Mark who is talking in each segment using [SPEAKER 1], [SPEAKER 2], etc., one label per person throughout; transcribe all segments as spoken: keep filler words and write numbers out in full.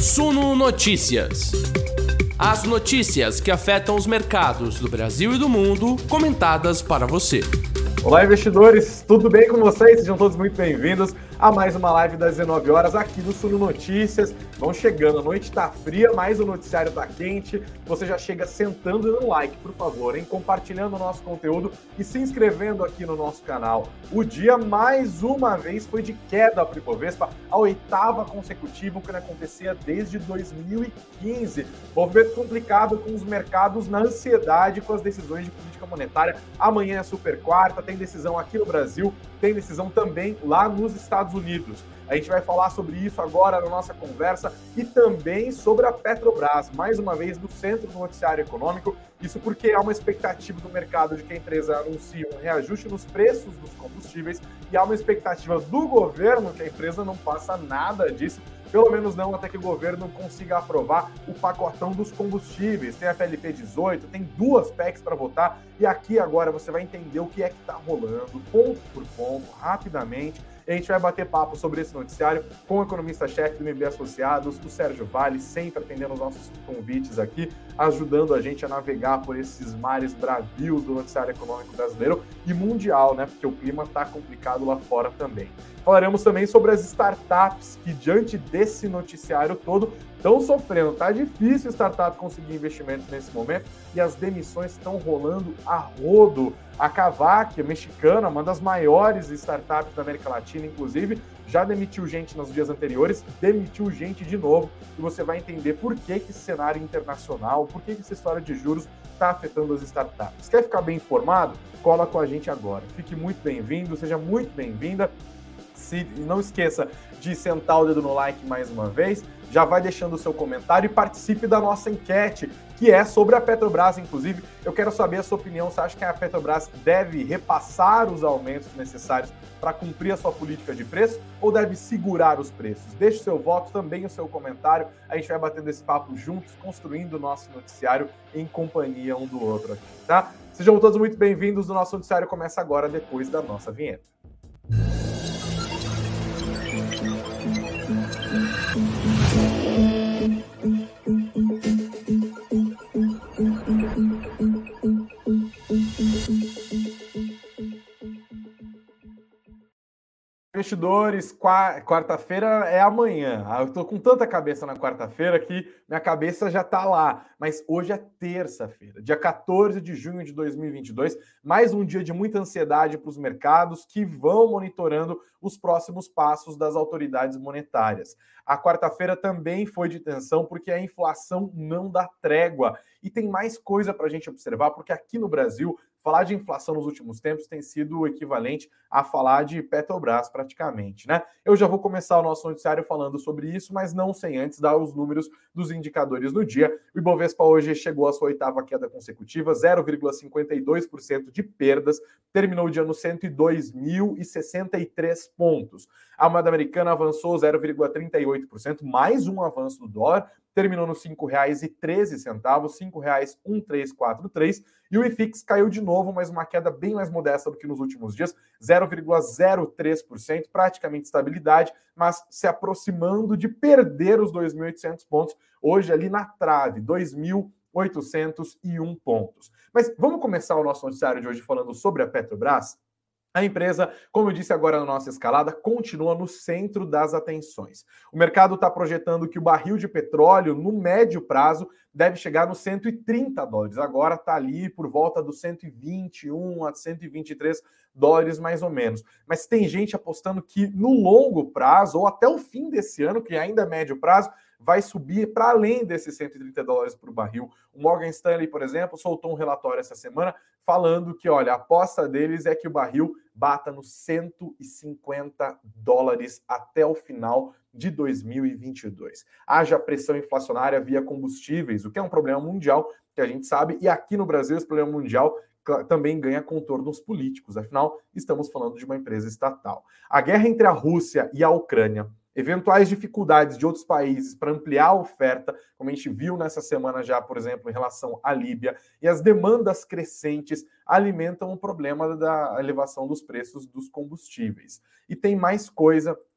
[SPEAKER 1] Suno Notícias. As notícias que afetam os mercados do Brasil e do mundo, comentadas para você.
[SPEAKER 2] Olá, investidores, tudo bem com vocês? Sejam todos muito bem-vindos a mais uma live das dezenove horas aqui do Suno Notícias. Vão chegando, a noite tá fria, mas o noticiário tá quente. Você já chega sentando e dando like, por favor, hein? Compartilhando o nosso conteúdo e se inscrevendo aqui no nosso canal. O dia, mais uma vez, foi de queda para o Ibovespa, a oitava consecutiva, o que não acontecia desde dois mil e quinze. Movimento complicado com os mercados na ansiedade com as decisões de política monetária. Amanhã é super quarta, tem decisão aqui no Brasil, tem decisão também lá nos Estados Unidos. A gente vai falar sobre isso agora na nossa conversa e também sobre a Petrobras, mais uma vez no centro do noticiário econômico. Isso porque há uma expectativa do mercado de que a empresa anuncie um reajuste nos preços dos combustíveis e há uma expectativa do governo que a empresa não faça nada disso, pelo menos não até que o governo consiga aprovar o pacotão dos combustíveis. Tem a P L P dezoito, tem duas P E Cs para votar e aqui agora você vai entender o que é que está rolando, ponto por ponto, rapidamente. E a gente vai bater papo sobre esse noticiário com o economista-chefe do M B Associados, o Sérgio Vale, sempre atendendo os nossos convites aqui, ajudando a gente a navegar por esses mares bravios do noticiário econômico brasileiro e mundial, né? Porque o clima está complicado lá fora também. Falaremos também sobre as startups que, diante desse noticiário todo, estão sofrendo. Tá difícil startup conseguir investimento nesse momento e as demissões estão rolando a rodo. A Kavak, a mexicana, uma das maiores startups da América Latina, inclusive, já demitiu gente nos dias anteriores, demitiu gente de novo, e você vai entender por que, que esse cenário internacional, por que, que essa história de juros está afetando as startups. Quer ficar bem informado? Cola com a gente agora. Fique muito bem-vindo, seja muito bem-vinda. Se, não esqueça de sentar o dedo no like mais uma vez, já vai deixando o seu comentário e participe da nossa enquete, que é sobre a Petrobras, inclusive. Eu quero saber a sua opinião. Você acha que a Petrobras deve repassar os aumentos necessários para cumprir a sua política de preço ou deve segurar os preços? Deixe o seu voto, também o seu comentário. A gente vai batendo esse papo juntos, construindo o nosso noticiário em companhia um do outro aqui, tá? Sejam todos muito bem-vindos. O nosso noticiário começa agora, depois da nossa vinheta. Investidores, quarta-feira é amanhã. Eu tô com tanta cabeça na quarta-feira que minha cabeça já tá lá. Mas hoje é terça-feira, dia quatorze de junho de dois mil e vinte e dois. Mais um dia de muita ansiedade para os mercados que vão monitorando os próximos passos das autoridades monetárias. A quarta-feira também foi de tensão porque a inflação não dá trégua. E tem mais coisa para a gente observar, porque aqui no Brasil, falar de inflação nos últimos tempos tem sido o equivalente a falar de Petrobras praticamente, né? Eu já vou começar o nosso noticiário falando sobre isso, mas não sem antes dar os números dos indicadores do dia. O Ibovespa hoje chegou à sua oitava queda consecutiva, zero vírgula cinquenta e dois por cento de perdas, terminou o dia no cento e dois mil e sessenta e três pontos. A moeda americana avançou zero vírgula trinta e oito por cento, mais um avanço do dólar, terminou nos cinco reais e treze centavos, cinco reais e mil trezentos e quarenta e três, e o I F I X caiu de novo, mas uma queda bem mais modesta do que nos últimos dias, zero vírgula zero três por cento, praticamente estabilidade, mas se aproximando de perder os dois mil e oitocentos pontos, hoje ali na trave, dois mil oitocentos e um pontos. Mas vamos começar o nosso noticiário de hoje falando sobre a Petrobras? A empresa, como eu disse agora na nossa escalada, continua no centro das atenções. O mercado está projetando que o barril de petróleo, no médio prazo, deve chegar nos cento e trinta dólares. Agora está ali por volta dos cento e vinte e um a cento e vinte e três dólares, mais ou menos. Mas tem gente apostando que no longo prazo, ou até o fim desse ano, que ainda é médio prazo, vai subir para além desses cento e trinta dólares por barril. O Morgan Stanley, por exemplo, soltou um relatório essa semana falando que, olha, a aposta deles é que o barril bata nos cento e cinquenta dólares até o final de dois mil e vinte e dois. Haja pressão inflacionária via combustíveis, o que é um problema mundial, que a gente sabe, e aqui no Brasil esse problema mundial também ganha contornos políticos, afinal, estamos falando de uma empresa estatal. A guerra entre a Rússia e a Ucrânia, eventuais dificuldades de outros países para ampliar a oferta, como a gente viu nessa semana já, por exemplo, em relação à Líbia, e as demandas crescentes alimentam o problema da elevação dos preços dos combustíveis. E tem mais coisa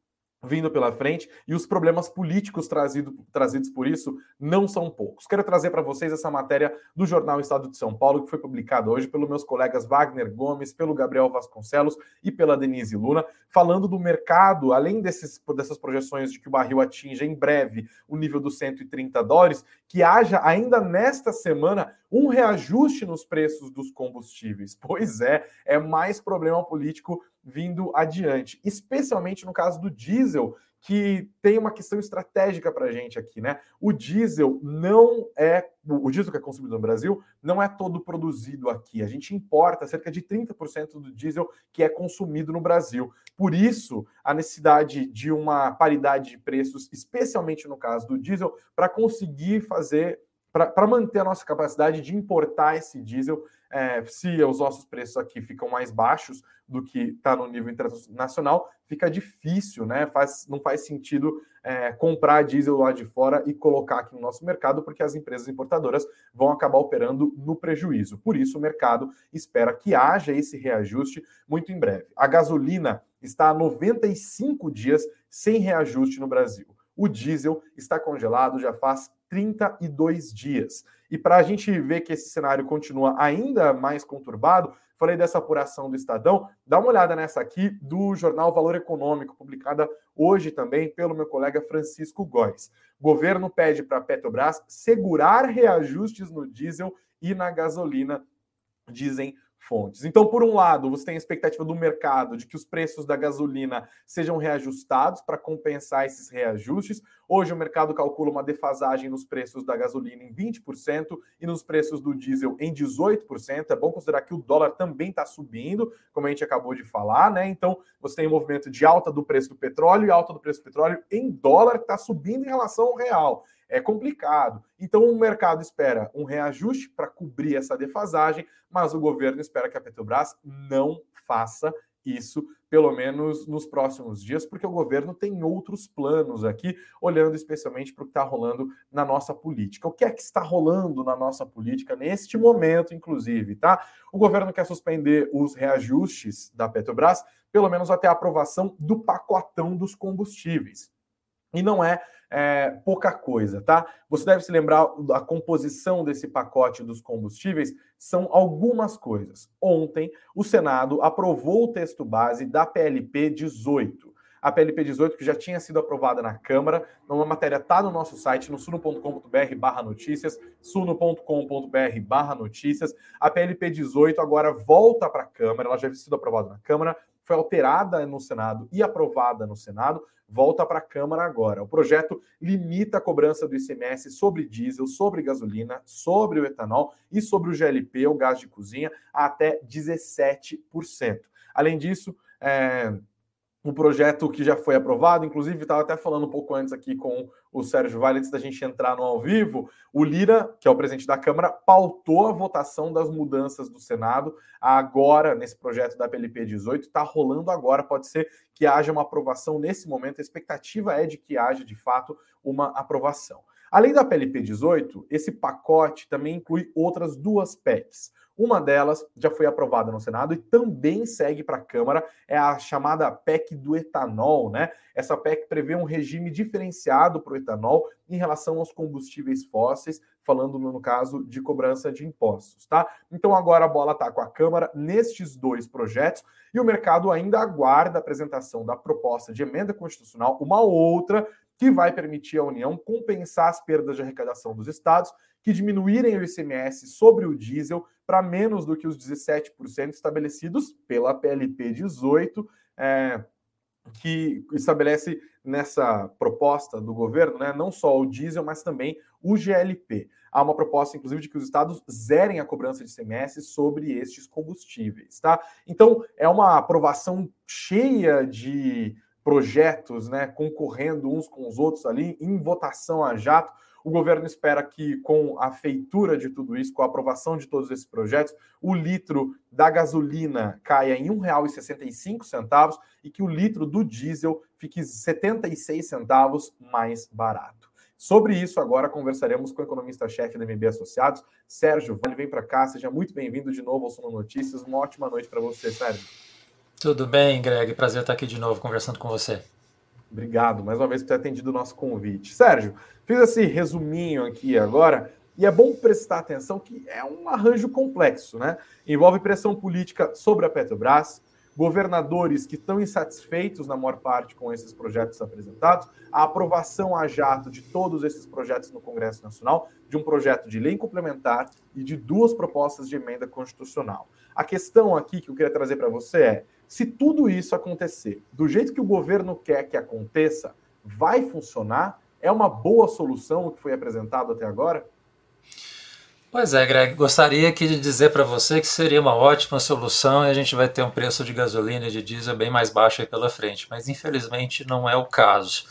[SPEAKER 2] vindo pela frente, e os problemas políticos trazido, trazidos por isso não são poucos. Quero trazer para vocês essa matéria do jornal Estado de São Paulo, que foi publicada hoje pelos meus colegas Wagner Gomes, pelo Gabriel Vasconcelos e pela Denise Luna, falando do mercado, além desses, dessas projeções de que o barril atinja em breve o nível dos cento e trinta dólares, que haja ainda nesta semana um reajuste nos preços dos combustíveis. Pois é, é mais problema político vindo adiante, especialmente no caso do diesel, que tem uma questão estratégica para a gente aqui, né? O diesel não é, o diesel que é consumido no Brasil não é todo produzido aqui. A gente importa cerca de trinta por cento do diesel que é consumido no Brasil. Por isso, a necessidade de uma paridade de preços, especialmente no caso do diesel, para conseguir fazer, para manter a nossa capacidade de importar esse diesel. É, se os nossos preços aqui ficam mais baixos do que está no nível internacional, fica difícil, né? Faz, não faz sentido é, comprar diesel lá de fora e colocar aqui no nosso mercado, porque as empresas importadoras vão acabar operando no prejuízo. Por isso, o mercado espera que haja esse reajuste muito em breve. A gasolina está há noventa e cinco dias sem reajuste no Brasil. O diesel está congelado já faz trinta e dois dias. E para a gente ver que esse cenário continua ainda mais conturbado, falei dessa apuração do Estadão, dá uma olhada nessa aqui do jornal Valor Econômico, publicada hoje também pelo meu colega Francisco Góes. Governo pede para a Petrobras segurar reajustes no diesel e na gasolina, dizem fontes. Então, por um lado, você tem a expectativa do mercado de que os preços da gasolina sejam reajustados para compensar esses reajustes. Hoje o mercado calcula uma defasagem nos preços da gasolina em vinte por cento e nos preços do diesel em dezoito por cento. É bom considerar que o dólar também está subindo, como a gente acabou de falar, né? Então, você tem um movimento de alta do preço do petróleo e alta do preço do petróleo em dólar, que está subindo em relação ao real. É complicado. Então, o mercado espera um reajuste para cobrir essa defasagem, mas o governo espera que a Petrobras não faça isso, pelo menos nos próximos dias, porque o governo tem outros planos aqui, olhando especialmente para o que está rolando na nossa política. O que é que está rolando na nossa política neste momento, inclusive, tá? O governo quer suspender os reajustes da Petrobras, pelo menos até a aprovação do pacotão dos combustíveis. E não é, é pouca coisa, tá? Você deve se lembrar da composição desse pacote dos combustíveis, são algumas coisas. Ontem, o Senado aprovou o texto base da P L P dezoito. A P L P dezoito, que já tinha sido aprovada na Câmara, uma matéria está no nosso site, no suno ponto com ponto br barra notícias, suno ponto com ponto br barra notícias. A P L P dezoito agora volta para a Câmara, ela já havia sido aprovada na Câmara, foi alterada no Senado e aprovada no Senado, volta para a Câmara agora. O projeto limita a cobrança do I C M S sobre diesel, sobre gasolina, sobre o etanol e sobre o G L P, o gás de cozinha, a até dezessete por cento. Além disso, é... um projeto que já foi aprovado, inclusive estava até falando um pouco antes aqui com o Sérgio Vale, antes da gente entrar no ao vivo, o Lira, que é o presidente da Câmara, pautou a votação das mudanças do Senado agora, nesse projeto da P L P dezoito, está rolando agora, pode ser que haja uma aprovação nesse momento, a expectativa é de que haja, de fato, uma aprovação. Além da P L P dezoito, esse pacote também inclui outras duas P E Cs. Uma delas já foi aprovada no Senado e também segue para a Câmara, é a chamada P E C do etanol, né? Essa P E C prevê um regime diferenciado para o etanol em relação aos combustíveis fósseis, falando no caso de cobrança de impostos, tá? Então agora a bola está com a Câmara nestes dois projetos e o mercado ainda aguarda a apresentação da proposta de emenda constitucional, uma outra que vai permitir à União compensar as perdas de arrecadação dos estados que diminuírem o I C M S sobre o diesel para menos do que os dezessete por cento estabelecidos pela P L P dezoito, é, que estabelece nessa proposta do governo, né, não só o diesel, mas também o G L P. Há uma proposta, inclusive, de que os estados zerem a cobrança de I C M S sobre estes combustíveis, tá? Então, é uma aprovação cheia de projetos, né, concorrendo uns com os outros ali, em votação a jato. O governo espera que, com a feitura de tudo isso, com a aprovação de todos esses projetos, o litro da gasolina caia em um real e sessenta e cinco centavos e que o litro do diesel fique setenta e seis centavos mais barato. Sobre isso, agora conversaremos com o economista-chefe da M B Associados, Sérgio Vale. Vem para cá, seja muito bem-vindo de novo ao Suno Notícias. Uma ótima noite para você, Sérgio.
[SPEAKER 3] Tudo bem, Greg? Prazer estar aqui de novo conversando com você.
[SPEAKER 2] Obrigado mais uma vez por ter atendido o nosso convite. Sérgio, fiz esse resuminho aqui agora e é bom prestar atenção que é um arranjo complexo, né? Envolve pressão política sobre a Petrobras, governadores que estão insatisfeitos, na maior parte, com esses projetos apresentados, a aprovação a jato de todos esses projetos no Congresso Nacional, de um projeto de lei complementar e de duas propostas de emenda constitucional. A questão aqui que eu queria trazer para você é, se tudo isso acontecer do jeito que o governo quer que aconteça, vai funcionar? É uma boa solução o que foi apresentado até agora?
[SPEAKER 3] Pois é, Greg, gostaria aqui de dizer para você que seria uma ótima solução e a gente vai ter um preço de gasolina e de diesel bem mais baixo aí pela frente, mas infelizmente não é o caso.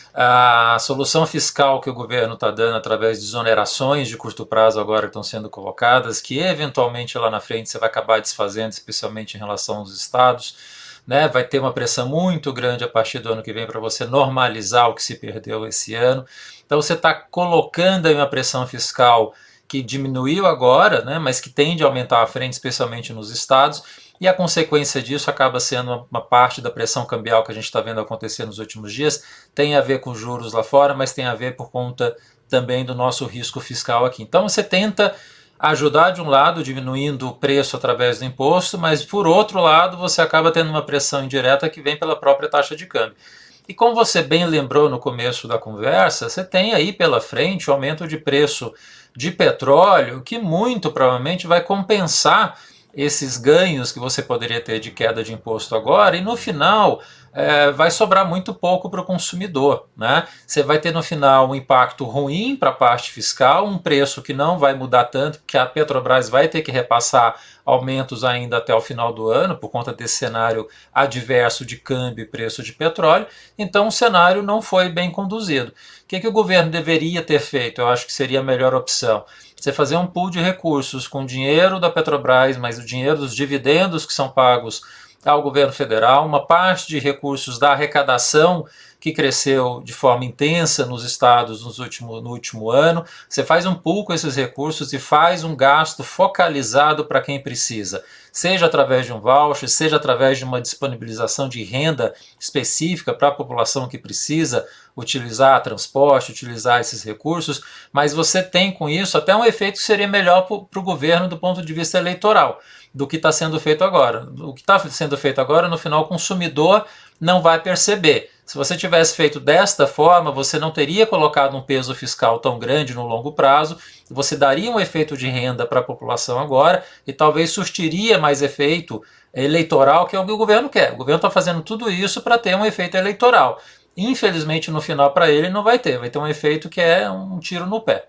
[SPEAKER 3] A solução fiscal que o governo está dando através de exonerações de curto prazo agora que estão sendo colocadas, que eventualmente lá na frente você vai acabar desfazendo, especialmente em relação aos estados, né? Vai ter uma pressão muito grande a partir do ano que vem para você normalizar o que se perdeu esse ano. Então você está colocando aí uma pressão fiscal que diminuiu agora, né, mas que tende a aumentar à frente, especialmente nos estados, e a consequência disso acaba sendo uma, uma parte da pressão cambial que a gente está vendo acontecer nos últimos dias, tem a ver com juros lá fora, mas tem a ver por conta também do nosso risco fiscal aqui. Então você tenta ajudar de um lado, diminuindo o preço através do imposto, mas por outro lado você acaba tendo uma pressão indireta que vem pela própria taxa de câmbio. E como você bem lembrou no começo da conversa, você tem aí pela frente o aumento de preço de petróleo que muito provavelmente vai compensar esses ganhos que você poderia ter de queda de imposto agora, e no final é, vai sobrar muito pouco para o consumidor, né? Você vai ter no final um impacto ruim para a parte fiscal, um preço que não vai mudar tanto, porque a Petrobras vai ter que repassar aumentos ainda até o final do ano, por conta desse cenário adverso de câmbio e preço de petróleo, então o cenário não foi bem conduzido. O que, que o governo deveria ter feito? Eu acho que seria a melhor opção. Você fazer um pool de recursos com dinheiro da Petrobras, mas o dinheiro dos dividendos que são pagos ao governo federal, uma parte de recursos da arrecadação que cresceu de forma intensa nos estados nos último, no último ano. Você faz um pool com esses recursos e faz um gasto focalizado para quem precisa, seja através de um voucher, seja através de uma disponibilização de renda específica para a população que precisa utilizar transporte, utilizar esses recursos, mas você tem com isso até um efeito que seria melhor para o governo do ponto de vista eleitoral do que está sendo feito agora. O que está sendo feito agora, no final, o consumidor não vai perceber. Se você tivesse feito desta forma, você não teria colocado um peso fiscal tão grande no longo prazo, você daria um efeito de renda para a população agora e talvez surtiria mais efeito eleitoral, que é o que o governo quer. O governo está fazendo tudo isso para ter um efeito eleitoral. Infelizmente, no final, para ele, não vai ter. Vai ter um efeito que é um tiro no pé.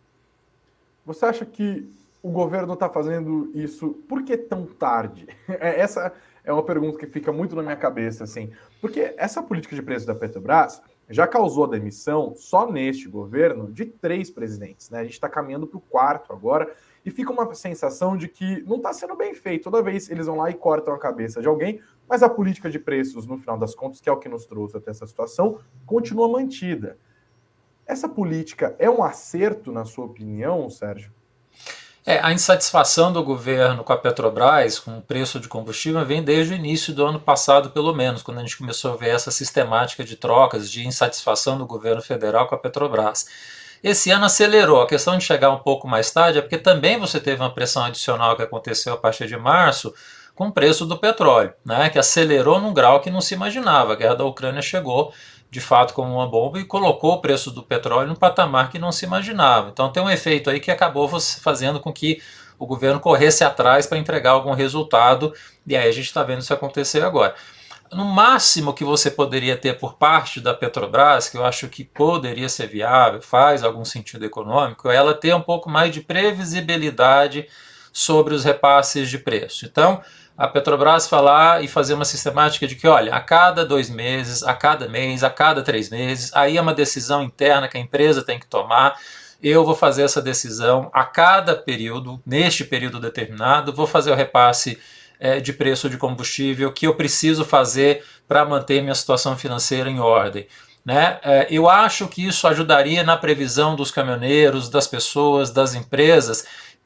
[SPEAKER 2] Você acha que o governo está fazendo isso por que tão tarde? Essa é uma pergunta que fica muito na minha cabeça, assim. Porque essa política de preço da Petrobras já causou a demissão, só neste governo, de três presidentes, né? A gente está caminhando para o quarto agora, e fica uma sensação de que não está sendo bem feito. Toda vez eles vão lá e cortam a cabeça de alguém, mas a política de preços, no final das contas, que é o que nos trouxe até essa situação, continua mantida. Essa política é um acerto, na sua opinião, Sérgio?
[SPEAKER 3] É, a insatisfação do governo com a Petrobras, com o preço de combustível, vem desde o início do ano passado, pelo menos, quando a gente começou a ver essa sistemática de trocas, de insatisfação do governo federal com a Petrobras. Esse ano acelerou. A questão de chegar um pouco mais tarde é porque também você teve uma pressão adicional que aconteceu a partir de março com o preço do petróleo, né, que acelerou num grau que não se imaginava. A guerra da Ucrânia chegou de fato como uma bomba e colocou o preço do petróleo num patamar que não se imaginava. Então tem um efeito aí que acabou fazendo com que o governo corresse atrás para entregar algum resultado, e aí a gente está vendo isso acontecer agora. No máximo que você poderia ter por parte da Petrobras, que eu acho que poderia ser viável, faz algum sentido econômico, é ela ter um pouco mais de previsibilidade sobre os repasses de preço. Então, a Petrobras falar e fazer uma sistemática de que, olha, a cada dois meses, a cada mês, a cada três meses, aí é uma decisão interna que a empresa tem que tomar. Eu vou fazer essa decisão a cada período, neste período determinado, vou fazer o repasse é, de preço de combustível que eu preciso fazer para manter minha situação financeira em ordem. Né? É, eu acho que isso ajudaria na previsão dos caminhoneiros, das pessoas, das empresas,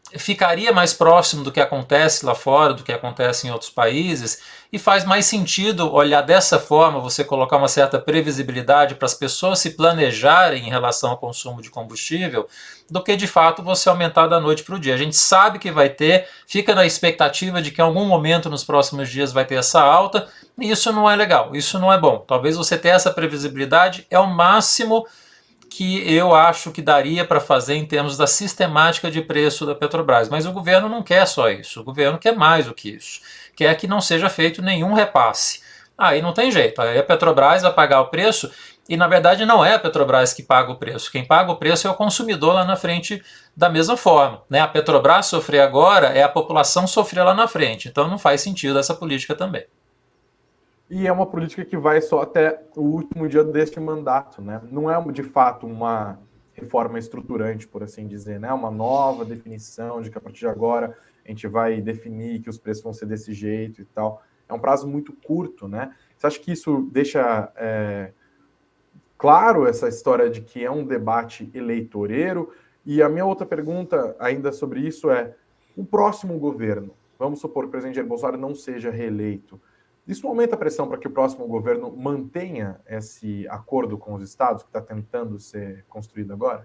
[SPEAKER 3] ficaria mais próximo do que acontece lá fora, do que acontece em outros países, e faz mais sentido olhar dessa forma, você colocar uma certa previsibilidade para as pessoas se planejarem em relação ao consumo de combustível, do que de fato você aumentar da noite para o dia. A gente sabe que vai ter, fica na expectativa de que em algum momento nos próximos dias vai ter essa alta, e isso não é legal, isso não é bom. Talvez você ter essa previsibilidade é o máximo que eu acho que daria para fazer em termos da sistemática de preço da Petrobras. Mas o governo não quer só isso, o governo quer mais do que isso. Quer que não seja feito nenhum repasse. Aí não tem jeito, aí a Petrobras vai pagar o preço, e na verdade não é a Petrobras que paga o preço. Quem paga o preço é o consumidor lá na frente da mesma forma, né? A Petrobras sofrer agora é a população sofrer lá na frente. Então não faz sentido essa política também.
[SPEAKER 2] E é uma política que vai só até o último dia deste mandato, né? Não é de fato uma reforma estruturante, por assim dizer, né? Uma nova definição de que a partir de agora a gente vai definir que os preços vão ser desse jeito e tal. É um prazo muito curto, né? Você acha que isso deixa é, claro essa história de que é um debate eleitoreiro? E a minha outra pergunta ainda sobre isso é: o próximo governo, vamos supor que o presidente Jair Bolsonaro não seja reeleito, isso aumenta a pressão para que o próximo governo mantenha esse acordo com os estados que está tentando ser construído agora?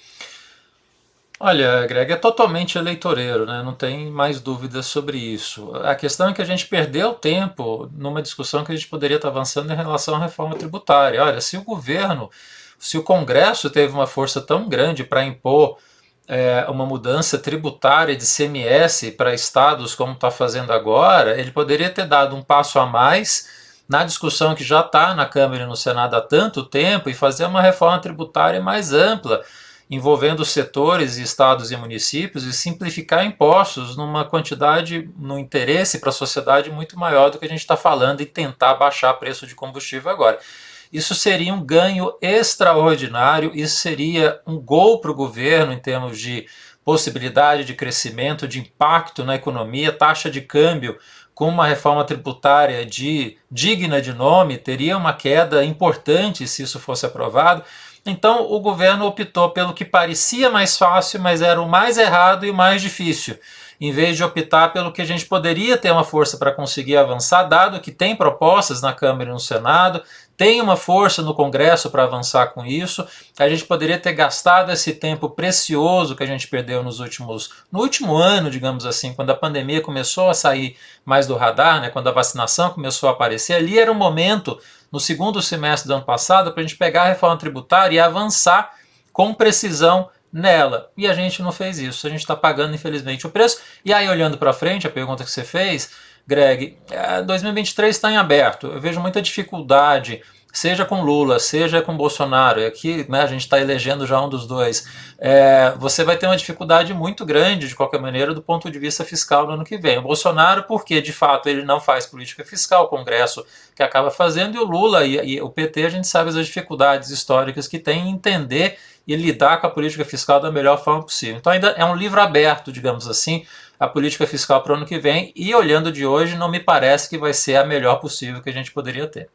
[SPEAKER 3] Olha, Greg, é totalmente eleitoreiro, né? Não tem mais dúvidas sobre isso. A questão é que a gente perdeu tempo numa discussão que a gente poderia estar avançando em relação à reforma tributária. Olha, se o governo, se o Congresso teve uma força tão grande para impor É, uma mudança tributária de I C M S para estados como está fazendo agora, ele poderia ter dado um passo a mais na discussão que já está na Câmara e no Senado há tanto tempo e fazer uma reforma tributária mais ampla, envolvendo setores, estados e municípios, e simplificar impostos numa quantidade, no interesse para a sociedade muito maior do que a gente está falando, e tentar baixar o preço de combustível agora. Isso seria um ganho extraordinário, isso seria um gol para o governo em termos de possibilidade de crescimento, de impacto na economia. Taxa de câmbio com uma reforma tributária de, digna de nome teria uma queda importante se isso fosse aprovado. Então o governo optou pelo que parecia mais fácil, mas era o mais errado e o mais difícil, em vez de optar pelo que a gente poderia ter uma força para conseguir avançar, dado que tem propostas na Câmara e no Senado, tem uma força no Congresso para avançar com isso. A gente poderia ter gastado esse tempo precioso que a gente perdeu nos últimos, no último ano, digamos assim, quando a pandemia começou a sair mais do radar, né, quando a vacinação começou a aparecer. Ali era o momento, no segundo semestre do ano passado, para a gente pegar a reforma tributária e avançar com precisão nela. E a gente não fez isso. A gente está pagando, infelizmente, o preço. E aí, olhando para frente, a pergunta que você fez, Greg, dois mil e vinte e três está em aberto. Eu vejo muita dificuldade, seja com Lula, seja com Bolsonaro, e aqui, né, a gente está elegendo já um dos dois. É, você vai ter uma dificuldade muito grande, de qualquer maneira, do ponto de vista fiscal no ano que vem. O Bolsonaro, porque de fato ele não faz política fiscal, o Congresso que acaba fazendo, e o Lula e, e o P T, a gente sabe as dificuldades históricas que tem em entender e lidar com a política fiscal da melhor forma possível. Então ainda é um livro aberto, digamos assim, a política fiscal para o ano que vem, e olhando de hoje, não me parece que vai ser a melhor possível que a gente poderia ter.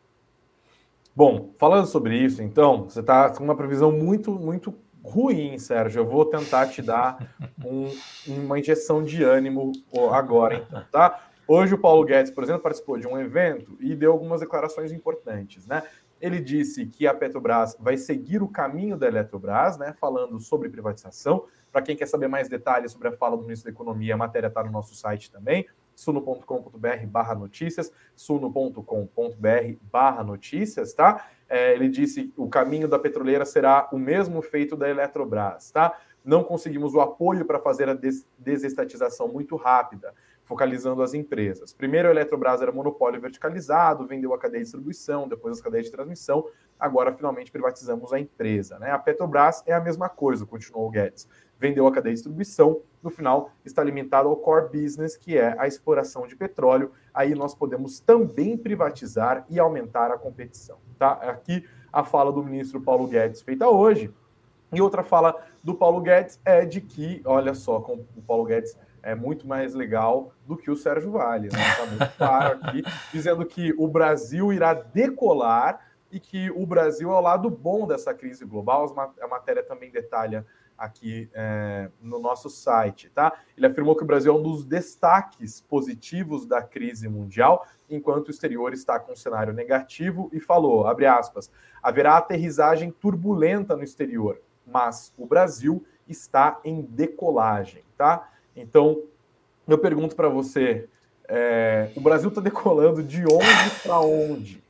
[SPEAKER 2] Bom, falando sobre isso, então, você está com uma previsão muito, muito ruim, Sérgio. Eu vou tentar te dar um, uma injeção de ânimo agora, então, tá? Hoje o Paulo Guedes, por exemplo, participou de um evento e deu algumas declarações importantes, né? Ele disse que a Petrobras vai seguir o caminho da Eletrobras, né, falando sobre privatização. Para quem quer saber mais detalhes sobre a fala do ministro da Economia, a matéria está no nosso site também, suno ponto com ponto br barra notícias, suno ponto com ponto br barra notícias, tá? É, ele disse que o caminho da petroleira será o mesmo feito da Eletrobras, tá? Não conseguimos o apoio para fazer a des- desestatização muito rápida, focalizando as empresas. Primeiro, a Eletrobras era monopólio verticalizado, vendeu a cadeia de distribuição, depois as cadeias de transmissão, agora finalmente privatizamos a empresa, né? A Petrobras é a mesma coisa, continuou o Guedes. Vendeu a cadeia de distribuição, no final está limitado ao core business, que é a exploração de petróleo. Aí nós podemos também privatizar e aumentar a competição, tá? Aqui a fala do ministro Paulo Guedes feita hoje. E outra fala do Paulo Guedes é de que, olha só, como o Paulo Guedes é muito mais legal do que o Sérgio Vale, né? Está muito claro aqui, dizendo que o Brasil irá decolar e que o Brasil é o lado bom dessa crise global. A matéria também detalha aqui é, no nosso site, tá? Ele afirmou que o Brasil é um dos destaques positivos da crise mundial, enquanto o exterior está com um cenário negativo, e falou, abre aspas, haverá aterrissagem turbulenta no exterior, mas o Brasil está em decolagem, tá? Então, eu pergunto para você, é, o Brasil está decolando de onde para onde?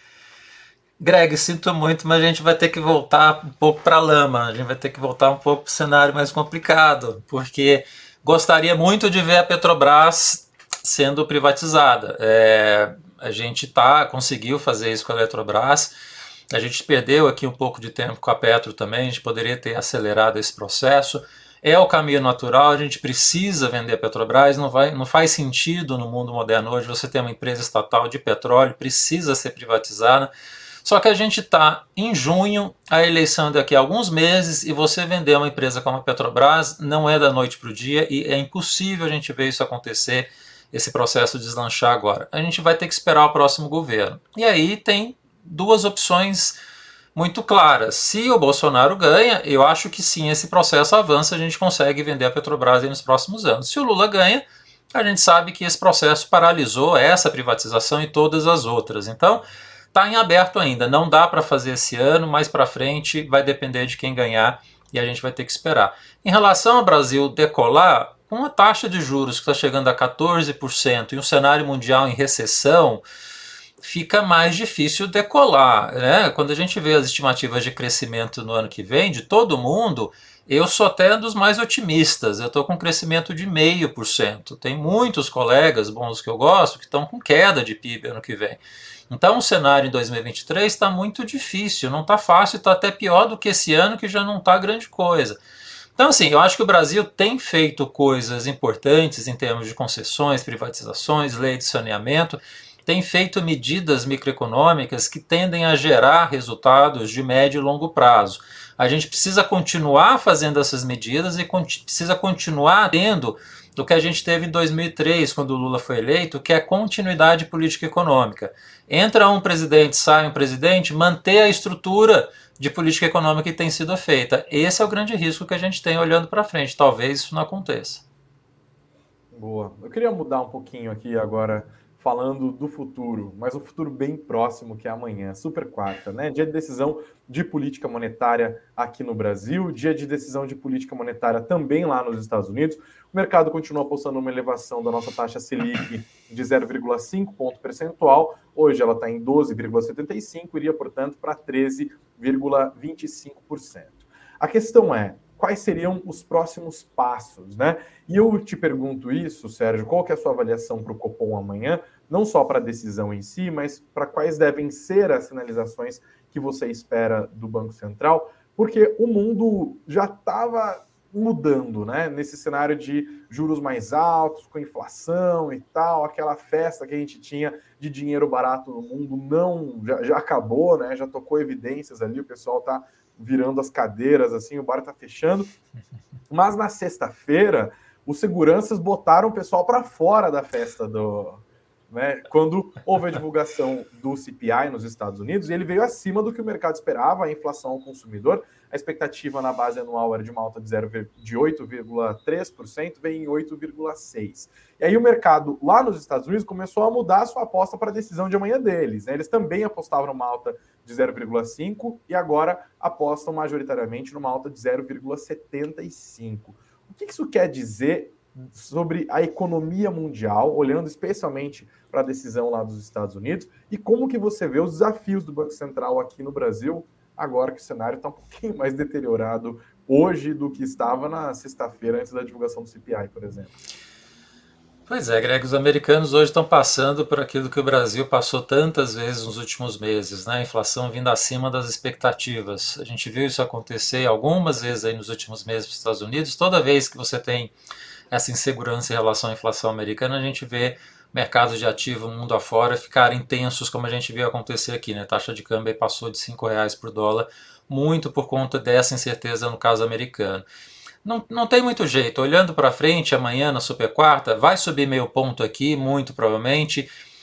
[SPEAKER 3] Greg, sinto muito, mas a gente vai ter que voltar um pouco para a lama, a gente vai ter que voltar um pouco para o cenário mais complicado, porque gostaria muito de ver a Petrobras sendo privatizada. É, a gente tá, conseguiu fazer isso com a Eletrobras, a gente perdeu aqui um pouco de tempo com a Petro também, a gente poderia ter acelerado esse processo. É o caminho natural, a gente precisa vender a Petrobras, não, vai, não faz sentido no mundo moderno hoje você ter uma empresa estatal de petróleo, precisa ser privatizada. Só que a gente está em junho, a eleição é daqui a alguns meses, e você vender uma empresa como a Petrobras não é da noite para o dia, e é impossível a gente ver isso acontecer, esse processo deslanchar agora. A gente vai ter que esperar o próximo governo. E aí tem duas opções muito claras. Se o Bolsonaro ganha, eu acho que sim, esse processo avança, a gente consegue vender a Petrobras aí nos próximos anos. Se o Lula ganha, a gente sabe que esse processo paralisou essa privatização e todas as outras. Então, está em aberto ainda, não dá para fazer esse ano, mais para frente vai depender de quem ganhar e a gente vai ter que esperar. Em relação ao Brasil decolar, com uma taxa de juros que está chegando a quatorze por cento e um cenário mundial em recessão, fica mais difícil decolar, né? Quando a gente vê as estimativas de crescimento no ano que vem, de todo mundo, eu sou até dos mais otimistas, eu estou com um crescimento de zero vírgula cinco por cento. Tem muitos colegas bons que eu gosto que estão com queda de P I B ano que vem. Então o cenário em dois mil e vinte e três está muito difícil, não está fácil, está até pior do que esse ano, que já não está grande coisa. Então assim, eu acho que o Brasil tem feito coisas importantes em termos de concessões, privatizações, lei de saneamento, tem feito medidas microeconômicas que tendem a gerar resultados de médio e longo prazo. A gente precisa continuar fazendo essas medidas e precisa continuar tendo do que a gente teve em dois mil e três, quando o Lula foi eleito, que é continuidade política econômica. Entra um presidente, sai um presidente, manter a estrutura de política econômica que tem sido feita. Esse é o grande risco que a gente tem olhando para frente. Talvez isso não aconteça.
[SPEAKER 2] Boa. Eu queria mudar um pouquinho aqui agora, falando do futuro, mas um futuro bem próximo, que é amanhã, super quarta, né? Dia de decisão de política monetária aqui no Brasil, dia de decisão de política monetária também lá nos Estados Unidos. O mercado continua apostando numa elevação da nossa taxa Selic de zero vírgula cinco ponto percentual. Hoje ela está em doze vírgula setenta e cinco, iria, portanto, para treze vírgula vinte e cinco por cento. A questão é, quais seriam os próximos passos, né? E eu te pergunto isso, Sérgio, qual que é a sua avaliação para o Copom amanhã, não só para a decisão em si, mas para quais devem ser as sinalizações que você espera do Banco Central, porque o mundo já estava mudando, né? Nesse cenário de juros mais altos, com inflação e tal, aquela festa que a gente tinha de dinheiro barato no mundo não já, já acabou, né? Já tocou evidências ali, o pessoal está virando as cadeiras, assim, o bar está fechando. Mas na sexta-feira, os seguranças botaram o pessoal para fora da festa do... Né, quando houve a divulgação do C P I nos Estados Unidos, ele veio acima do que o mercado esperava, a inflação ao consumidor, a expectativa na base anual era de uma alta de, de oito vírgula três por cento, veio em oito vírgula seis por cento. E aí o mercado lá nos Estados Unidos começou a mudar a sua aposta para a decisão de amanhã deles. Né? Eles também apostavam numa alta de zero vírgula cinco por cento e agora apostam majoritariamente numa alta de zero vírgula setenta e cinco por cento. O que isso quer dizer sobre a economia mundial, olhando especialmente para a decisão lá dos Estados Unidos, e como que você vê os desafios do Banco Central aqui no Brasil, agora que o cenário está um pouquinho mais deteriorado hoje do que estava na sexta-feira, antes da divulgação do C P I, por exemplo?
[SPEAKER 3] Pois é, Greg, os americanos hoje estão passando por aquilo que o Brasil passou tantas vezes nos últimos meses, né? A inflação vindo acima das expectativas. A gente viu isso acontecer algumas vezes aí nos últimos meses nos Estados Unidos. Toda vez que você tem essa insegurança em relação à inflação americana, a gente vê mercados de ativo mundo afora ficarem tensos, como a gente viu acontecer aqui, né? A taxa de câmbio passou de cinco reais por dólar, muito por conta dessa incerteza no caso americano. Não, não tem muito jeito, olhando para frente, amanhã na super quarta, vai subir meio ponto aqui, muito provavelmente.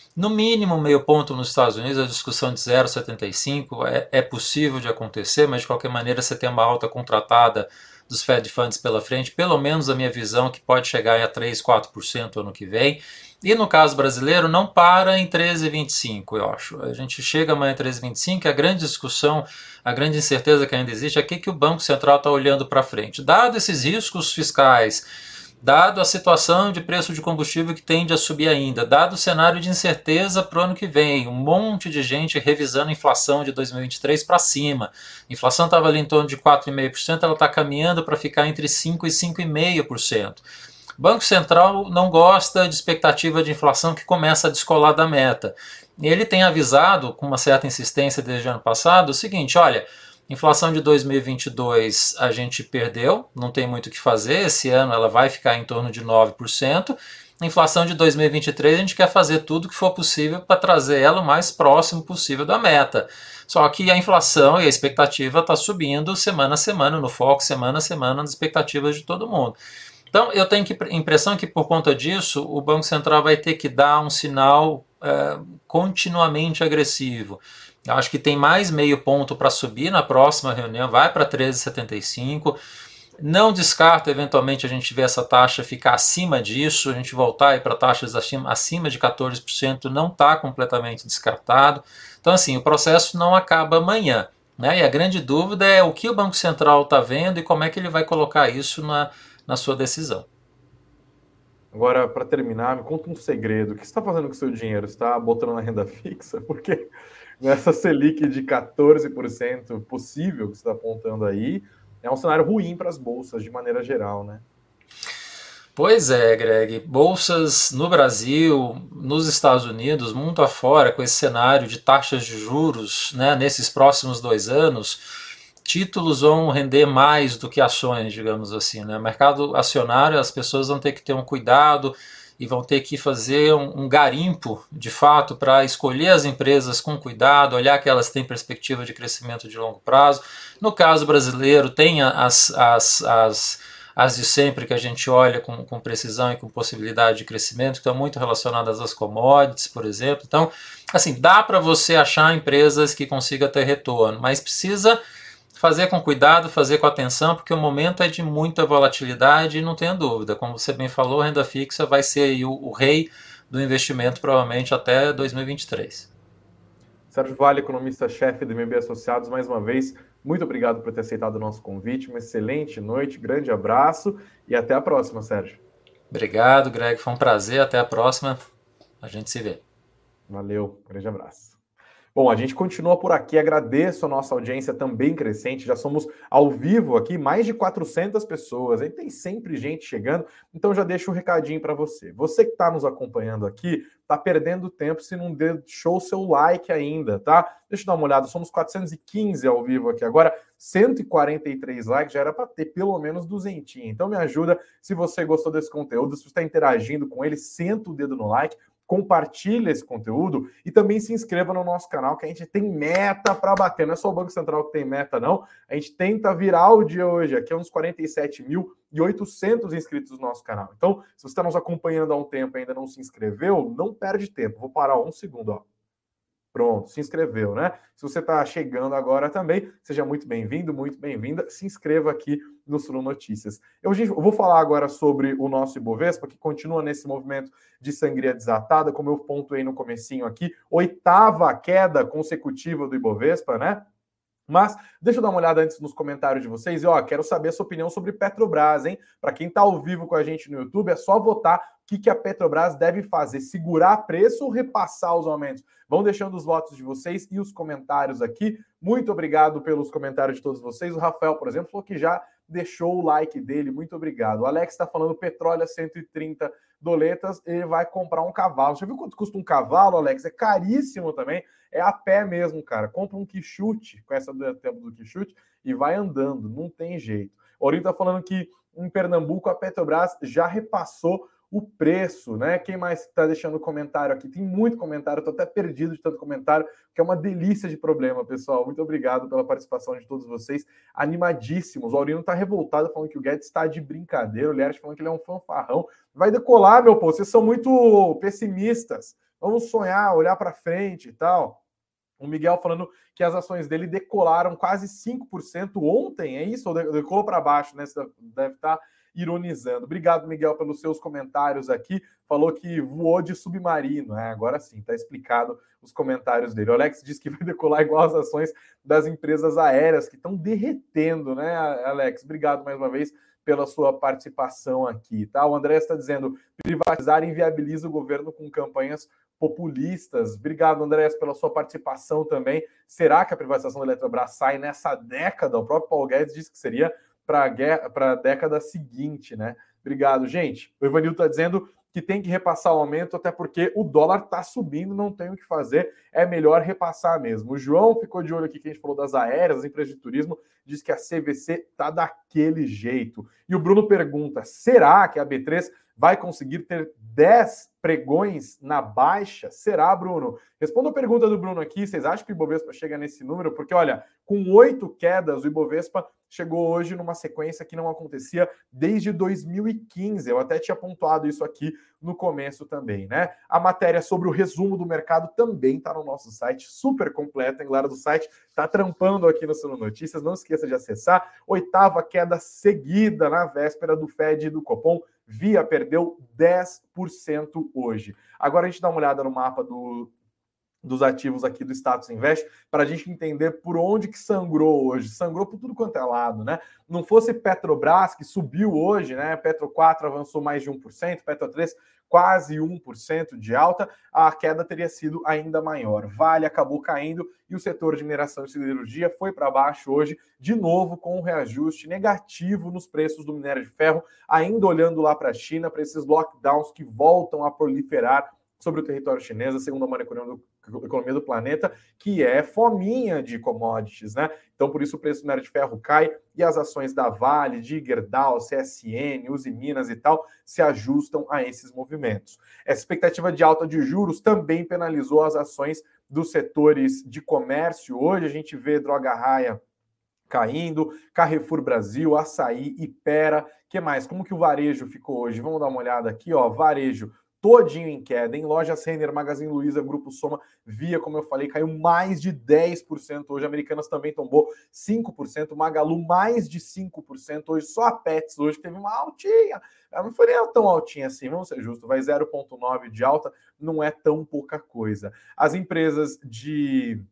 [SPEAKER 3] No mínimo meio ponto nos Estados Unidos, a discussão de zero vírgula setenta e cinco é, é possível de acontecer, mas de qualquer maneira você tem uma alta contratada dos Fed Funds pela frente, pelo menos a minha visão que pode chegar a três, quatro por cento ano que vem. E no caso brasileiro não para em treze vírgula vinte e cinco, eu acho. A gente chega amanhã em treze vírgula vinte e cinco, a grande discussão, a grande incerteza que ainda existe é o que, que o Banco Central está olhando para frente. Dado esses riscos fiscais, dado a situação de preço de combustível que tende a subir ainda, dado o cenário de incerteza para o ano que vem, um monte de gente revisando a inflação de dois mil e vinte e três para cima. A inflação estava ali em torno de quatro vírgula cinco por cento, ela está caminhando para ficar entre cinco por cento e cinco vírgula cinco por cento. O Banco Central não gosta de expectativa de inflação que começa a descolar da meta. Ele tem avisado, com uma certa insistência desde o ano passado, o seguinte, olha, inflação de dois mil e vinte e dois a gente perdeu, não tem muito o que fazer, esse ano ela vai ficar em torno de nove por cento. Inflação de dois mil e vinte e três a gente quer fazer tudo que for possível para trazer ela o mais próximo possível da meta. Só que a inflação e a expectativa está subindo semana a semana, no foco, semana a semana, nas expectativas de todo mundo. Então eu tenho a impressão que por conta disso o Banco Central vai ter que dar um sinal é, continuamente agressivo. Eu acho que tem mais meio ponto para subir na próxima reunião, vai para treze vírgula setenta e cinco. Não descarto eventualmente a gente ver essa taxa ficar acima disso, a gente voltar para taxas acima, acima de quatorze por cento, não está completamente descartado. Então assim, o processo não acaba amanhã, né? E a grande dúvida é o que o Banco Central está vendo e como é que ele vai colocar isso na, na sua decisão.
[SPEAKER 2] Agora, para terminar, me conta um segredo. O que você está fazendo com o seu dinheiro? Você está botando na renda fixa? Porque nessa Selic de quatorze por cento possível que você está apontando aí, é um cenário ruim para as bolsas de maneira geral, né?
[SPEAKER 3] Pois é, Greg. Bolsas no Brasil, nos Estados Unidos, mundo afora, com esse cenário de taxas de juros, né, nesses próximos dois anos, títulos vão render mais do que ações, digamos assim, né? Mercado acionário, as pessoas vão ter que ter um cuidado e vão ter que fazer um, um garimpo, de fato, para escolher as empresas com cuidado, olhar que elas têm perspectiva de crescimento de longo prazo. No caso brasileiro, tem as, as, as, as de sempre que a gente olha com, com precisão e com possibilidade de crescimento, que estão muito relacionadas às commodities, por exemplo. Então, assim, dá para você achar empresas que consigam ter retorno, mas precisa fazer com cuidado, fazer com atenção, porque o momento é de muita volatilidade e não tenha dúvida. Como você bem falou, a renda fixa vai ser aí o, o rei do investimento provavelmente até dois mil e vinte e três.
[SPEAKER 2] Sérgio Vale, economista-chefe do M B Associados, mais uma vez, muito obrigado por ter aceitado o nosso convite. Uma excelente noite, grande abraço e até a próxima, Sérgio.
[SPEAKER 3] Obrigado, Greg. Foi um prazer. Até a próxima. A gente se vê.
[SPEAKER 2] Valeu. Grande abraço. Bom, a gente continua por aqui, agradeço a nossa audiência também crescente, já somos ao vivo aqui, mais de quatrocentas pessoas, aí tem sempre gente chegando, então já deixo um recadinho para você. Você que está nos acompanhando aqui, está perdendo tempo se não deixou o seu like ainda, tá? Deixa eu dar uma olhada, somos quatrocentos e quinze ao vivo aqui agora, cento e quarenta e três likes, já era para ter pelo menos duzentos, então me ajuda, se você gostou desse conteúdo, se você está interagindo com ele, senta o dedo no like, compartilhe esse conteúdo e também se inscreva no nosso canal, que a gente tem meta para bater. Não é só o Banco Central que tem meta, não. A gente tenta virar o dia hoje. Aqui é uns quarenta e sete mil e oitocentos inscritos no nosso canal. Então, se você está nos acompanhando há um tempo e ainda não se inscreveu, não perde tempo. Vou parar um segundo, ó. Pronto, se inscreveu, né? Se você está chegando agora também, seja muito bem-vindo, muito bem-vinda. Se inscreva aqui no Suno Notícias. Eu, eu vou falar agora sobre o nosso Ibovespa, que continua nesse movimento de sangria desatada, como eu pontuei no comecinho aqui, oitava queda consecutiva do Ibovespa, né? Mas deixa eu dar uma olhada antes nos comentários de vocês. E ó, quero saber a sua opinião sobre Petrobras, hein? Para quem está ao vivo com a gente no YouTube, é só votar o que, que a Petrobras deve fazer, segurar preço ou repassar os aumentos. Vão deixando os votos de vocês e os comentários aqui. Muito obrigado pelos comentários de todos vocês. O Rafael, por exemplo, falou que já deixou o like dele. Muito obrigado. O Alex está falando petróleo a cento e trinta doletas, ele vai comprar um cavalo. Já viu quanto custa um cavalo, Alex? É caríssimo também. É a pé mesmo, cara. Compra um quichute, com essa do tempo do quichute, e vai andando. Não tem jeito. O Aurinho está falando que em Pernambuco a Petrobras já repassou o preço, né? Quem mais está deixando comentário aqui? Tem muito comentário, estou até perdido de tanto comentário, que é uma delícia de problema, pessoal. Muito obrigado pela participação de todos vocês, animadíssimos. O Aurino está revoltado, falando que o Guedes está de brincadeira, o Lércio falando que ele é um fanfarrão. Vai decolar, meu povo, vocês são muito pessimistas. vamos sonhar, olhar para frente e tal. O Miguel falando que as ações dele decolaram quase cinco por cento ontem, é isso? Ou decolou para baixo, né? Você deve estar ironizando. Obrigado, Miguel, pelos seus comentários aqui. Falou que voou de submarino. É, agora sim, está explicado os comentários dele. O Alex disse que vai decolar igual as ações das empresas aéreas, que estão derretendo, né, Alex? Obrigado mais uma vez pela sua participação aqui, tá? O André está dizendo, privatizar inviabiliza o governo com campanhas populistas. Obrigado, André, pela sua participação também. Será que a privatização da Eletrobras sai nessa década? O próprio Paulo Guedes disse que seria para a década seguinte, né? Obrigado, gente. O Ivanildo está dizendo que tem que repassar o aumento, até porque o dólar está subindo, não tem o que fazer, é melhor repassar mesmo. O João ficou de olho aqui, que a gente falou das aéreas, das empresas de turismo, diz que a C V C está daquele jeito. E o Bruno pergunta, será que a B três vai conseguir ter dez pregões na baixa? Será, Bruno? Responda a pergunta do Bruno aqui, vocês acham que o Ibovespa chega nesse número? Porque, olha, com oito quedas, o Ibovespa chegou hoje numa sequência que não acontecia desde dois mil e quinze. Eu até tinha pontuado isso aqui no começo também, né? A matéria sobre o resumo do mercado também está no nosso site, super completa. A galera do site está trampando aqui no Suno Notícias. Não esqueça de acessar. Oitava queda seguida na véspera do Fed e do Copom. Via perdeu dez por cento hoje. Agora a gente dá uma olhada no mapa do, dos ativos aqui do Status Invest para a gente entender por onde que sangrou hoje. Sangrou por tudo quanto é lado, né? Não fosse Petrobras, que subiu hoje, né? Petro quatro avançou mais de um por cento, Petro três quase um por cento de alta, a queda teria sido ainda maior. Vale acabou caindo e o setor de mineração e siderurgia foi para baixo hoje, de novo com um reajuste negativo nos preços do minério de ferro, ainda olhando lá para a China, para esses lockdowns que voltam a proliferar sobre o território chinês, segundo a maior economia do planeta, que é fominha de commodities, né? Então, por isso, o preço do minério de ferro cai e as ações da Vale, de Gerdau, C S N, Uzi Minas e tal, se ajustam a esses movimentos. Essa expectativa de alta de juros também penalizou as ações dos setores de comércio. Hoje a gente vê Droga Raia caindo, Carrefour Brasil, Açaí, Ipera, que mais? Como que o varejo ficou hoje? Vamos dar uma olhada aqui, ó, varejo todinho em queda, em Lojas Renner, Magazine Luiza, Grupo Soma, Via, como eu falei, caiu mais de dez por cento hoje, Americanas também tombou cinco por cento, Magalu mais de cinco por cento hoje, só a Pets hoje teve uma altinha, não foi nem tão altinha assim, vamos ser justos, vai zero vírgula nove de alta, não é tão pouca coisa. As empresas de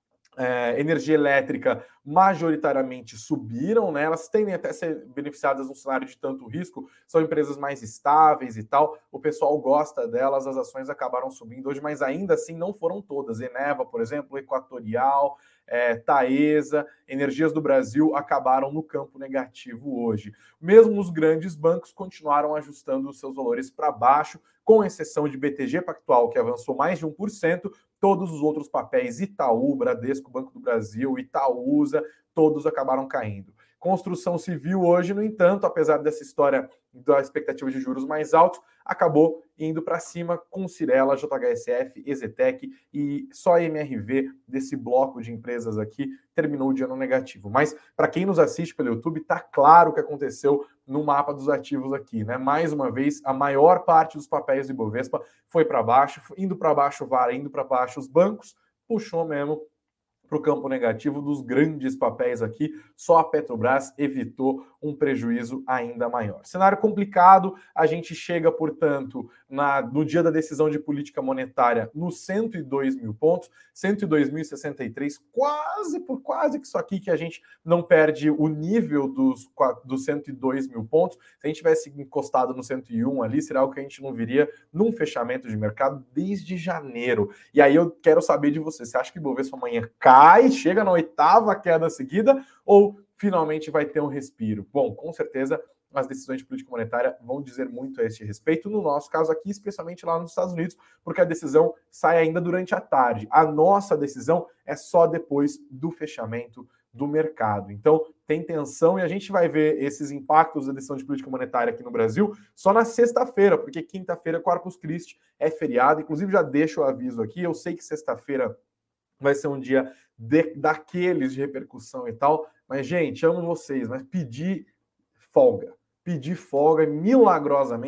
[SPEAKER 2] É, energia elétrica majoritariamente subiram, né? Elas tendem até a ser beneficiadas num cenário de tanto risco, são empresas mais estáveis e tal, o pessoal gosta delas, as ações acabaram subindo hoje, mas ainda assim não foram todas. Eneva, por exemplo, Equatorial, é, Taesa, Energias do Brasil acabaram no campo negativo hoje. Mesmo os grandes bancos continuaram ajustando os seus valores para baixo, com exceção de B T G Pactual, que avançou mais de um por cento, todos os outros papéis, Itaú, Bradesco, Banco do Brasil, Itaúsa, todos acabaram caindo. Construção civil hoje, no entanto, apesar dessa história da expectativa de juros mais altos, acabou indo para cima com Cirela, J H S F, Ezetec e só a M R V desse bloco de empresas aqui terminou o dia no negativo. Mas para quem nos assiste pelo YouTube, tá claro o que aconteceu no mapa dos ativos aqui, né? Mais uma vez, a maior parte dos papéis do Ibovespa foi para baixo, indo para baixo o V A R, indo para baixo os bancos, puxou mesmo para o campo negativo dos grandes papéis aqui, só a Petrobras evitou um prejuízo ainda maior. Cenário complicado, a gente chega, portanto, na, no dia da decisão de política monetária nos cento e dois mil pontos, cento e dois mil e sessenta e três, quase por quase que isso aqui que a gente não perde o nível dos, dos cento e dois mil pontos. Se a gente tivesse encostado no cento e um ali, seria algo que a gente não viria num fechamento de mercado desde janeiro. E aí eu quero saber de você, você acha que o Ibovespa amanhã cai, chega na oitava queda seguida, ou finalmente vai ter um respiro? Bom, com certeza as decisões de política monetária vão dizer muito a este respeito, no nosso caso aqui, especialmente lá nos Estados Unidos, porque a decisão sai ainda durante a tarde. A nossa decisão é só depois do fechamento do mercado. Então, tem tensão e a gente vai ver esses impactos da decisão de política monetária aqui no Brasil só na sexta-feira, porque quinta-feira, Corpus Christi, é feriado. Inclusive, já deixo o aviso aqui, eu sei que sexta-feira vai ser um dia de, daqueles de repercussão e tal, mas, gente, amo vocês, mas pedir folga, pedir folga milagrosamente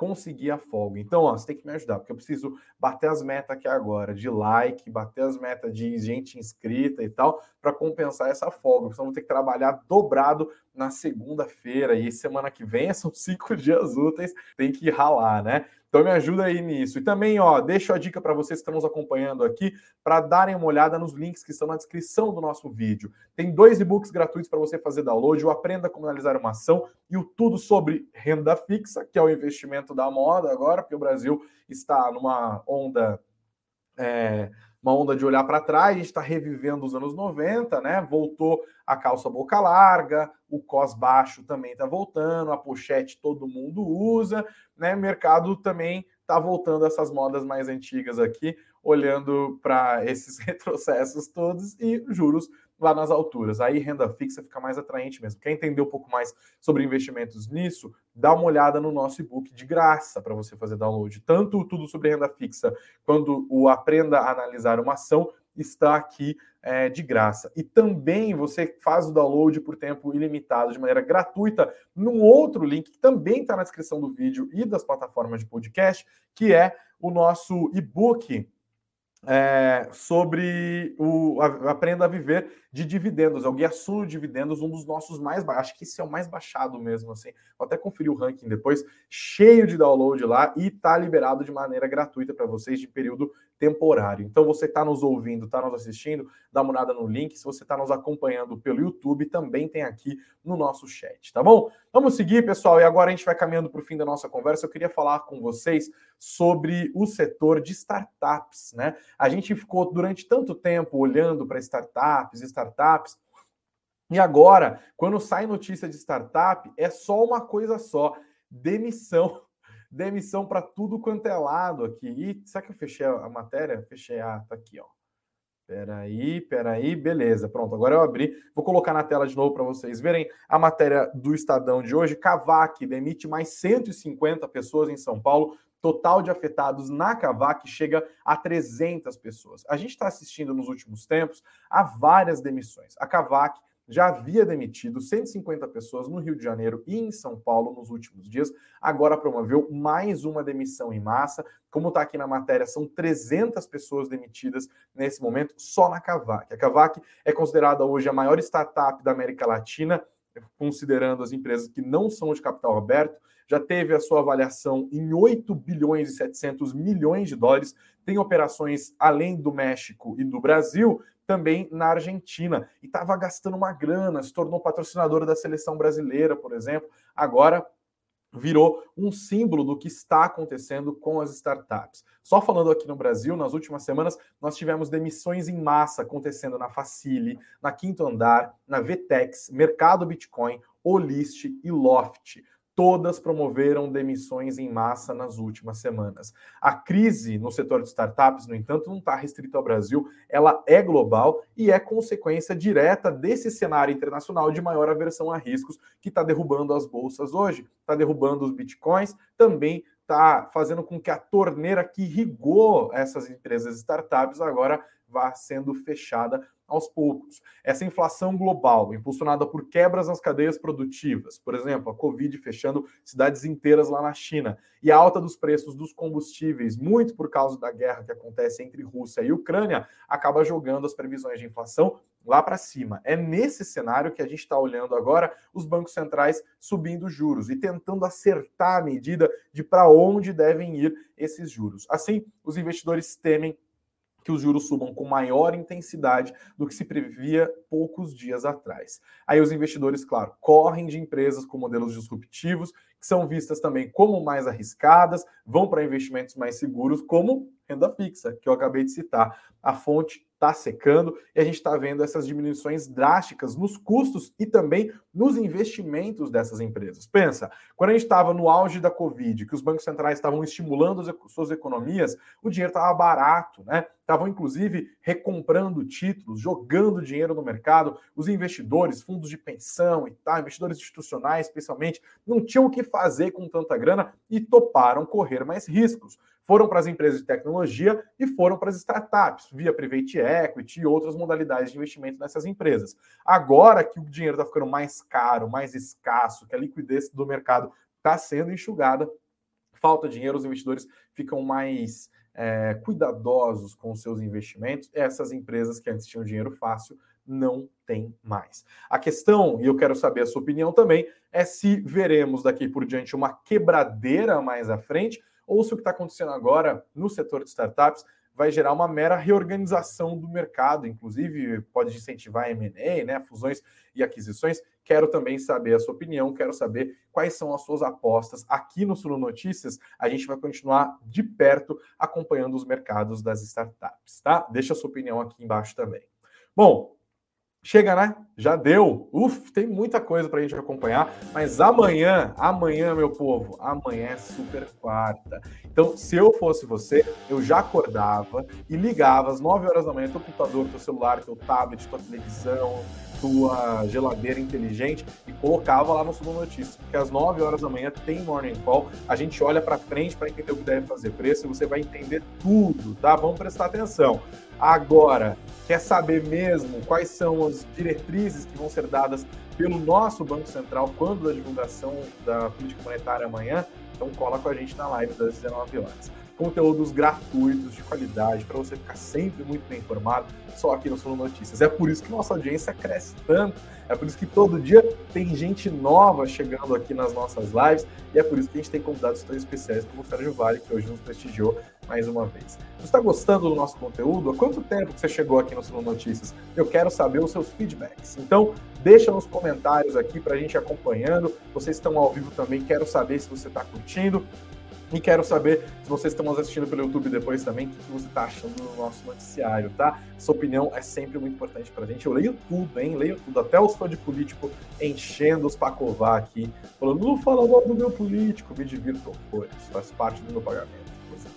[SPEAKER 2] conseguir a folga. Então, ó, você tem que me ajudar, porque eu preciso bater as metas aqui agora, de like, bater as metas de gente inscrita e tal, para compensar essa folga. Senão vou ter que trabalhar dobrado na segunda-feira, e semana que vem são cinco dias úteis, tem que ralar, né? Então me ajuda aí nisso. E também, ó, deixo a dica para vocês que estão nos acompanhando aqui, para darem uma olhada nos links que estão na descrição do nosso vídeo. Tem dois e-books gratuitos para você fazer download, o Aprenda Como Analisar uma Ação e o Tudo sobre Renda Fixa, que é o investimento da moda agora, porque o Brasil está numa onda... É, uma onda de olhar para trás, a gente está revivendo os anos noventa, né? Voltou a calça boca larga, o cos baixo também está voltando, a pochete todo mundo usa, né? O mercado também está voltando a essas modas mais antigas aqui, olhando para esses retrocessos todos e juros lá nas alturas. Aí renda fixa fica mais atraente mesmo. Quer entender um pouco mais sobre investimentos nisso? Dá uma olhada no nosso e-book de graça para você fazer download. Tanto tudo sobre renda fixa quanto o Aprenda a Analisar uma Ação está aqui é, de graça. E também você faz o download por tempo ilimitado, de maneira gratuita, num outro link que também está na descrição do vídeo e das plataformas de podcast, que é o nosso e-book É, sobre o a, Aprenda a Viver de Dividendos. É o Guia Suno de Dividendos, um dos nossos mais baixos. Acho que esse é o mais baixado mesmo, assim. Vou até conferir o ranking depois. Cheio de download lá e tá liberado de maneira gratuita para vocês de período temporário. Então, você está nos ouvindo, está nos assistindo, dá uma olhada no link. Se você está nos acompanhando pelo YouTube, também tem aqui no nosso chat, tá bom? Vamos seguir, pessoal, e agora a gente vai caminhando para o fim da nossa conversa. Eu queria falar com vocês sobre o setor de startups, né? A gente ficou durante tanto tempo olhando para startups, startups, e agora, quando sai notícia de startup, é só uma coisa só: demissão. Demissão para tudo quanto é lado aqui. E será que eu fechei a matéria? Fechei, ah, tá aqui, ó. Peraí, peraí, beleza, pronto, agora eu abri, vou colocar na tela de novo para vocês verem a matéria do Estadão de hoje. Cavac demite mais cento e cinquenta pessoas em São Paulo, total de afetados na Cavac chega a trezentas pessoas. A gente está assistindo nos últimos tempos a várias demissões. A Cavac já havia demitido cento e cinquenta pessoas no Rio de Janeiro e em São Paulo nos últimos dias, agora promoveu mais uma demissão em massa. Como está aqui na matéria, são trezentas pessoas demitidas nesse momento só na Cavac. A Cavac é considerada hoje a maior startup da América Latina, considerando as empresas que não são de capital aberto, já teve a sua avaliação em oito bilhões e setecentos milhões de dólares, tem operações além do México e do Brasil, também na Argentina, e estava gastando uma grana, se tornou patrocinadora da seleção brasileira, por exemplo, agora virou um símbolo do que está acontecendo com as startups. Só falando aqui no Brasil, nas últimas semanas, nós tivemos demissões em massa acontecendo na Facile, na Quinto Andar, na Vtex, Mercado Bitcoin, Olist e Loft. Todas promoveram demissões em massa nas últimas semanas. A crise no setor de startups, no entanto, não está restrita ao Brasil, ela é global e é consequência direta desse cenário internacional de maior aversão a riscos que está derrubando as bolsas hoje, está derrubando os bitcoins, também está fazendo com que a torneira que irrigou essas empresas startups agora vá sendo fechada aos poucos. Essa inflação global, impulsionada por quebras nas cadeias produtivas, por exemplo, a Covid fechando cidades inteiras lá na China, e a alta dos preços dos combustíveis, muito por causa da guerra que acontece entre Rússia e Ucrânia, acaba jogando as previsões de inflação lá para cima. É nesse cenário que a gente está olhando agora os bancos centrais subindo juros e tentando acertar a medida de para onde devem ir esses juros. Assim, os investidores temem que os juros subam com maior intensidade do que se previa poucos dias atrás. Aí os investidores, claro, correm de empresas com modelos disruptivos, que são vistas também como mais arriscadas, vão para investimentos mais seguros, como renda fixa, que eu acabei de citar. A fonte está secando e a gente está vendo essas diminuições drásticas nos custos e também nos investimentos dessas empresas. Pensa, quando a gente estava no auge da Covid, que os bancos centrais estavam estimulando as suas economias, o dinheiro estava barato, né? Estavam, inclusive, recomprando títulos, jogando dinheiro no mercado. Os investidores, fundos de pensão e tal, investidores institucionais, especialmente, não tinham o que fazer com tanta grana e toparam correr mais riscos. Foram para as empresas de tecnologia e foram para as startups, via private equity e outras modalidades de investimento nessas empresas. Agora que o dinheiro está ficando mais caro, mais escasso, que a liquidez do mercado está sendo enxugada, falta dinheiro, os investidores ficam mais é, cuidadosos com os seus investimentos. Essas empresas que antes tinham dinheiro fácil não tem mais. A questão, e eu quero saber a sua opinião também, é se veremos daqui por diante uma quebradeira mais à frente, ou se o que está acontecendo agora no setor de startups vai gerar uma mera reorganização do mercado, inclusive pode incentivar M and A, né, fusões e aquisições. Quero também saber a sua opinião, quero saber quais são as suas apostas. Aqui no Suno Notícias, a gente vai continuar de perto acompanhando os mercados das startups, tá? Deixa a sua opinião aqui embaixo também. Bom, chega, né? Já deu. Uf, tem muita coisa pra gente acompanhar, mas amanhã, amanhã, meu povo, amanhã é super quarta. Então, se eu fosse você, eu já acordava e ligava às nove horas da manhã teu computador, teu celular, teu tablet, tua televisão, tua geladeira inteligente e colocava lá no Suno Notícias, porque às nove horas da manhã tem Morning Call, a gente olha para frente para entender o que deve fazer preço e você vai entender tudo, tá? Vamos prestar atenção. Agora, quer saber mesmo quais são as diretrizes que vão ser dadas pelo nosso Banco Central quando da divulgação da política monetária amanhã? Então cola com a gente na live das dezenove horas. Conteúdos gratuitos, de qualidade, para você ficar sempre muito bem informado, só aqui no Suno Notícias. É por isso que nossa audiência cresce tanto, é por isso que todo dia tem gente nova chegando aqui nas nossas lives, e é por isso que a gente tem convidados tão especiais como o Sérgio Vale, que hoje nos prestigiou mais uma vez. Você está gostando do nosso conteúdo? Há quanto tempo que você chegou aqui no Suno Notícias? Eu quero saber os seus feedbacks. Então, deixa nos comentários aqui para a gente ir acompanhando. Vocês estão ao vivo também, quero saber se você está curtindo. E quero saber, se vocês estão nos assistindo pelo YouTube depois também, o que você está achando do nosso noticiário, tá? Sua opinião é sempre muito importante pra gente. Eu leio tudo, hein? Leio tudo. Até os fãs de político enchendo os Pacová aqui, falando, não fala mal do meu político, me divirto horrores. Faz parte do meu pagamento.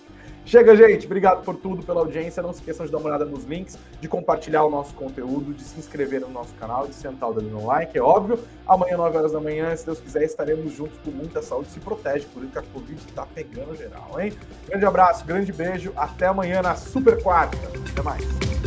[SPEAKER 2] Chega, gente. Obrigado por tudo, pela audiência. Não se esqueçam de dar uma olhada nos links, de compartilhar o nosso conteúdo, de se inscrever no nosso canal, de sentar o dedo no like, é óbvio. Amanhã, nove horas da manhã, se Deus quiser, estaremos juntos com muita saúde. Se protege, por isso que a Covid tá pegando geral, hein? Grande abraço, grande beijo. Até amanhã na Super Quarta. Até mais.